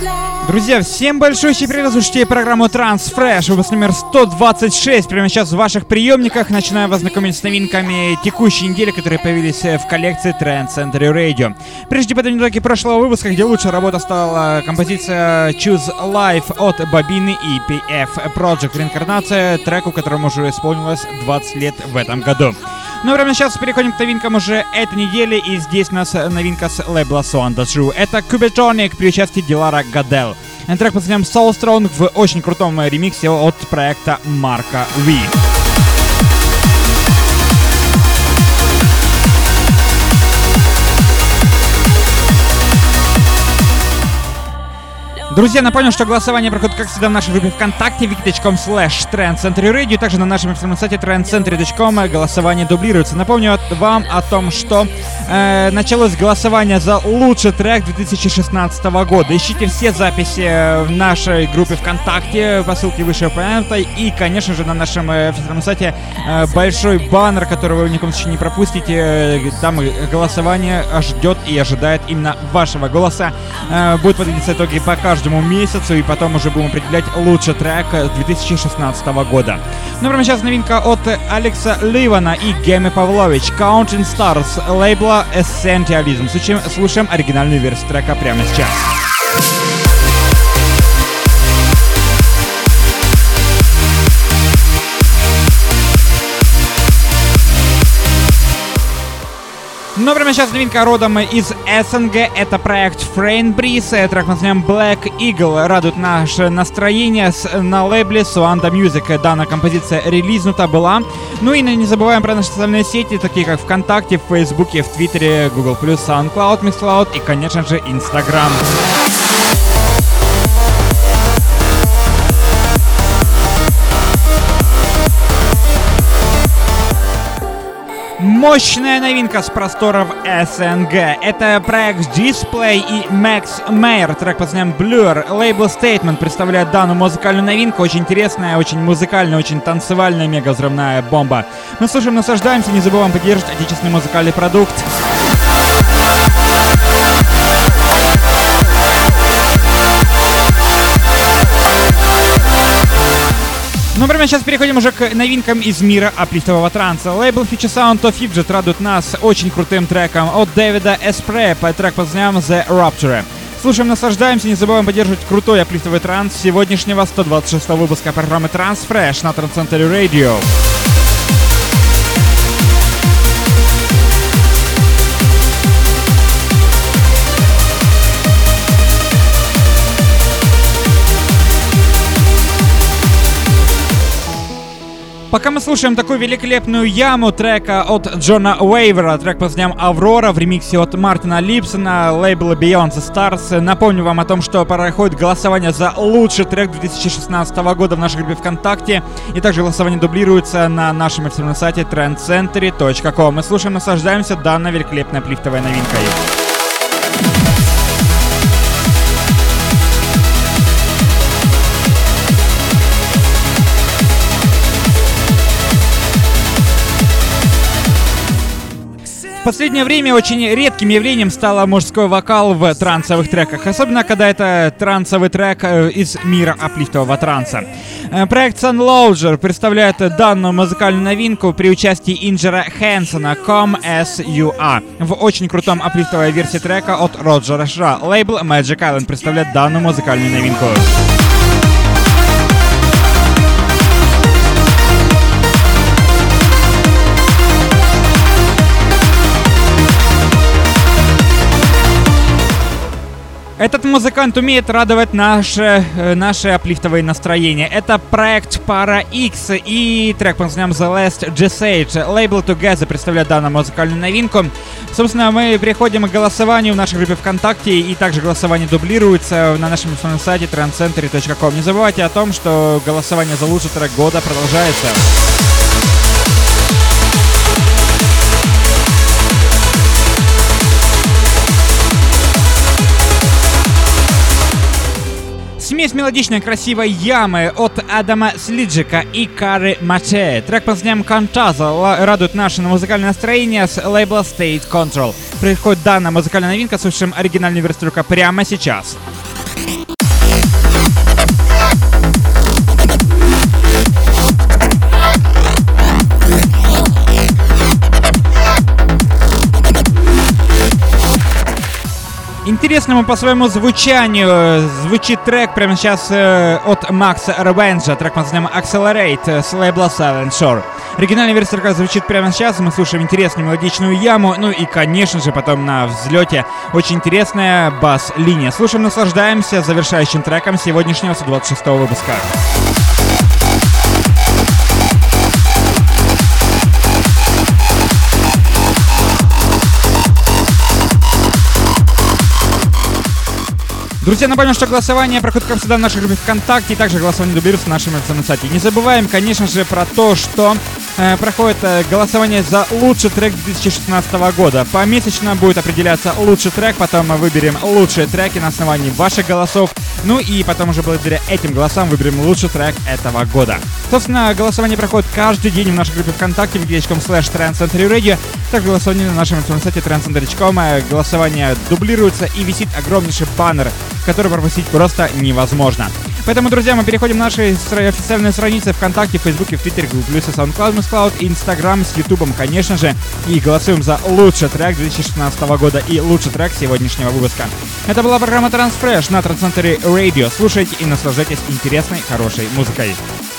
Друзья, всем большой привет, слушайте программу Transfresh, выпуск номер 126. Прямо сейчас в ваших приемниках начинаю вас знакомить с новинками текущей недели, которые появились в коллекции Trend Century Radio. Прежде подведем итоги прошлого выпуска, где лучшая работа стала композиция Choose Life от Бобины и PF Project, реинкарнация треку, которому уже исполнилось 20 лет в этом году. Ну, прямо сейчас переходим к новинкам уже этой недели, и здесь у нас новинка с лейбла Suanda True. Это Cubetonic при участии Дилара Гадел. Трек под названием Soul Strong в очень крутом ремиксе от проекта Марка Ви. Друзья, напомню, что голосование проходит, как всегда, в нашей группе ВКонтакте wiki.com/trendcenturyradio, также на нашем официальном сайте trendcentury.com голосование дублируется. Напомню вам о том, что началось голосование за лучший трек 2016 года. Ищите все записи в нашей группе ВКонтакте по ссылке вышеупомянутой, и, конечно же, на нашем официальном сайте большой баннер, который вы ни в коем случае не пропустите. Там голосование ждет и ожидает именно вашего голоса. Будут подводиться итоги по каждому месяцу, и потом уже будем определять лучший трек 2016 года. Ну, прямо сейчас новинка от Алекса Ливана и Гемы Павлович, Counting Stars, лейбла Essentialism. Слушаем оригинальную версию трека прямо сейчас. Но прямо сейчас новинка родом из СНГ. Это проект Frame Breeze. Трек под названием Black Eagle радует наше настроение на лейбле Suanda Music. Данная композиция релизнута была. Ну и не забываем про наши социальные сети, такие как ВКонтакте, в Фейсбуке, в Твиттере, Google+, SoundCloud, Mixcloud и, конечно же, Instagram. Мощная новинка с просторов СНГ. Это проект Display и Max Mayer. Трек под названием Blur. Лейбл Statement представляет данную музыкальную новинку. Очень интересная, очень музыкальная, очень танцевальная, мега взрывная бомба. Мы слушаем, наслаждаемся, не забываем поддерживать отечественный музыкальный продукт. Ну, прямо сейчас переходим уже к новинкам из мира аплифтового транса. Лейбл Future Sound of Fidget радует нас очень крутым треком от Дэвида Эспре, трек под названием The Rapture. Слушаем, наслаждаемся, не забываем поддерживать крутой аплифтовый транс сегодняшнего 126-го выпуска программы Transfresh на Trend Century Radio. Пока мы слушаем такую великолепную яму трека от Джона Уэйвера, трек под названием «Аврора» в ремиксе от Мартина Липсона, лейбла Beyond the Stars. Напомню вам о том, что проходит голосование за лучший трек 2016 года в нашей группе ВКонтакте, и также голосование дублируется на нашем официальном сайте trendcentury.com. Мы слушаем, наслаждаемся данной великолепной аплифтовой новинкой. В последнее время очень редким явлением стал мужской вокал в трансовых треках, особенно когда это трансовый трек из мира аплифтового транса. Проект Sunloader представляет данную музыкальную новинку при участии Инджера Хэнсона Come As You Are в очень крутом аплифтовой версии трека от Роджера Шра. Лейбл Magic Island представляет данную музыкальную новинку. Этот музыкант умеет радовать наши аплифтовые настроения. Это проект Para X и трек под названием The Last J-Sage. Лейбл Together представляет данную музыкальную новинку. Собственно, мы переходим к голосованию в нашей группе ВКонтакте, и также голосование дублируется на нашем сайте trendcentury.com. Не забывайте о том, что голосование за лучший трек года продолжается. Смесь мелодичной красивой ямы от Адама Слиджика и Кары Маче. Трек под названием Контаза радует наше музыкальное настроение с лейбла State Control. Приходит данная музыкальная новинка, слушаем оригинальную версию трека прямо сейчас. Интересному по своему звучанию звучит трек прямо сейчас от Макса Ревенджа. Трек под названием Accelerate с лейбла Silent Shore. Оригинальная версия трека звучит прямо сейчас. Мы слушаем интересную мелодичную яму. Ну и, конечно же, потом на взлете очень интересная бас-линия. Слушаем, наслаждаемся завершающим треком сегодняшнего 126-го выпуска. Друзья, напомню, что голосование проходит, как всегда, в нашей группе ВКонтакте, и также голосование дублируется на нашем официальном сайте. Не забываем, конечно же, про то, что проходит голосование за лучший трек 2016 года. Помесячно будет определяться лучший трек, потом мы выберем лучшие треки на основании ваших голосов. Ну и потом уже благодаря этим голосам выберем лучший трек этого года. Собственно, голосование проходит каждый день в нашей группе ВКонтакте wiki.com/trendcenturyradio. Также голосование на нашем сайте trendcentury.com. Голосование дублируется и висит огромнейший баннер, который пропустить просто невозможно. Поэтому, друзья, мы переходим на наши официальные страницы ВКонтакте, в Фейсбуке, в Твиттере, Google+, SoundCloud, MixCloud, Инстаграм с Ютубом, конечно же, и голосуем за лучший трек 2016 года и лучший трек сегодняшнего выпуска. Это была программа Transfresh на Trend Century Radio. Слушайте и наслаждайтесь интересной, хорошей музыкой.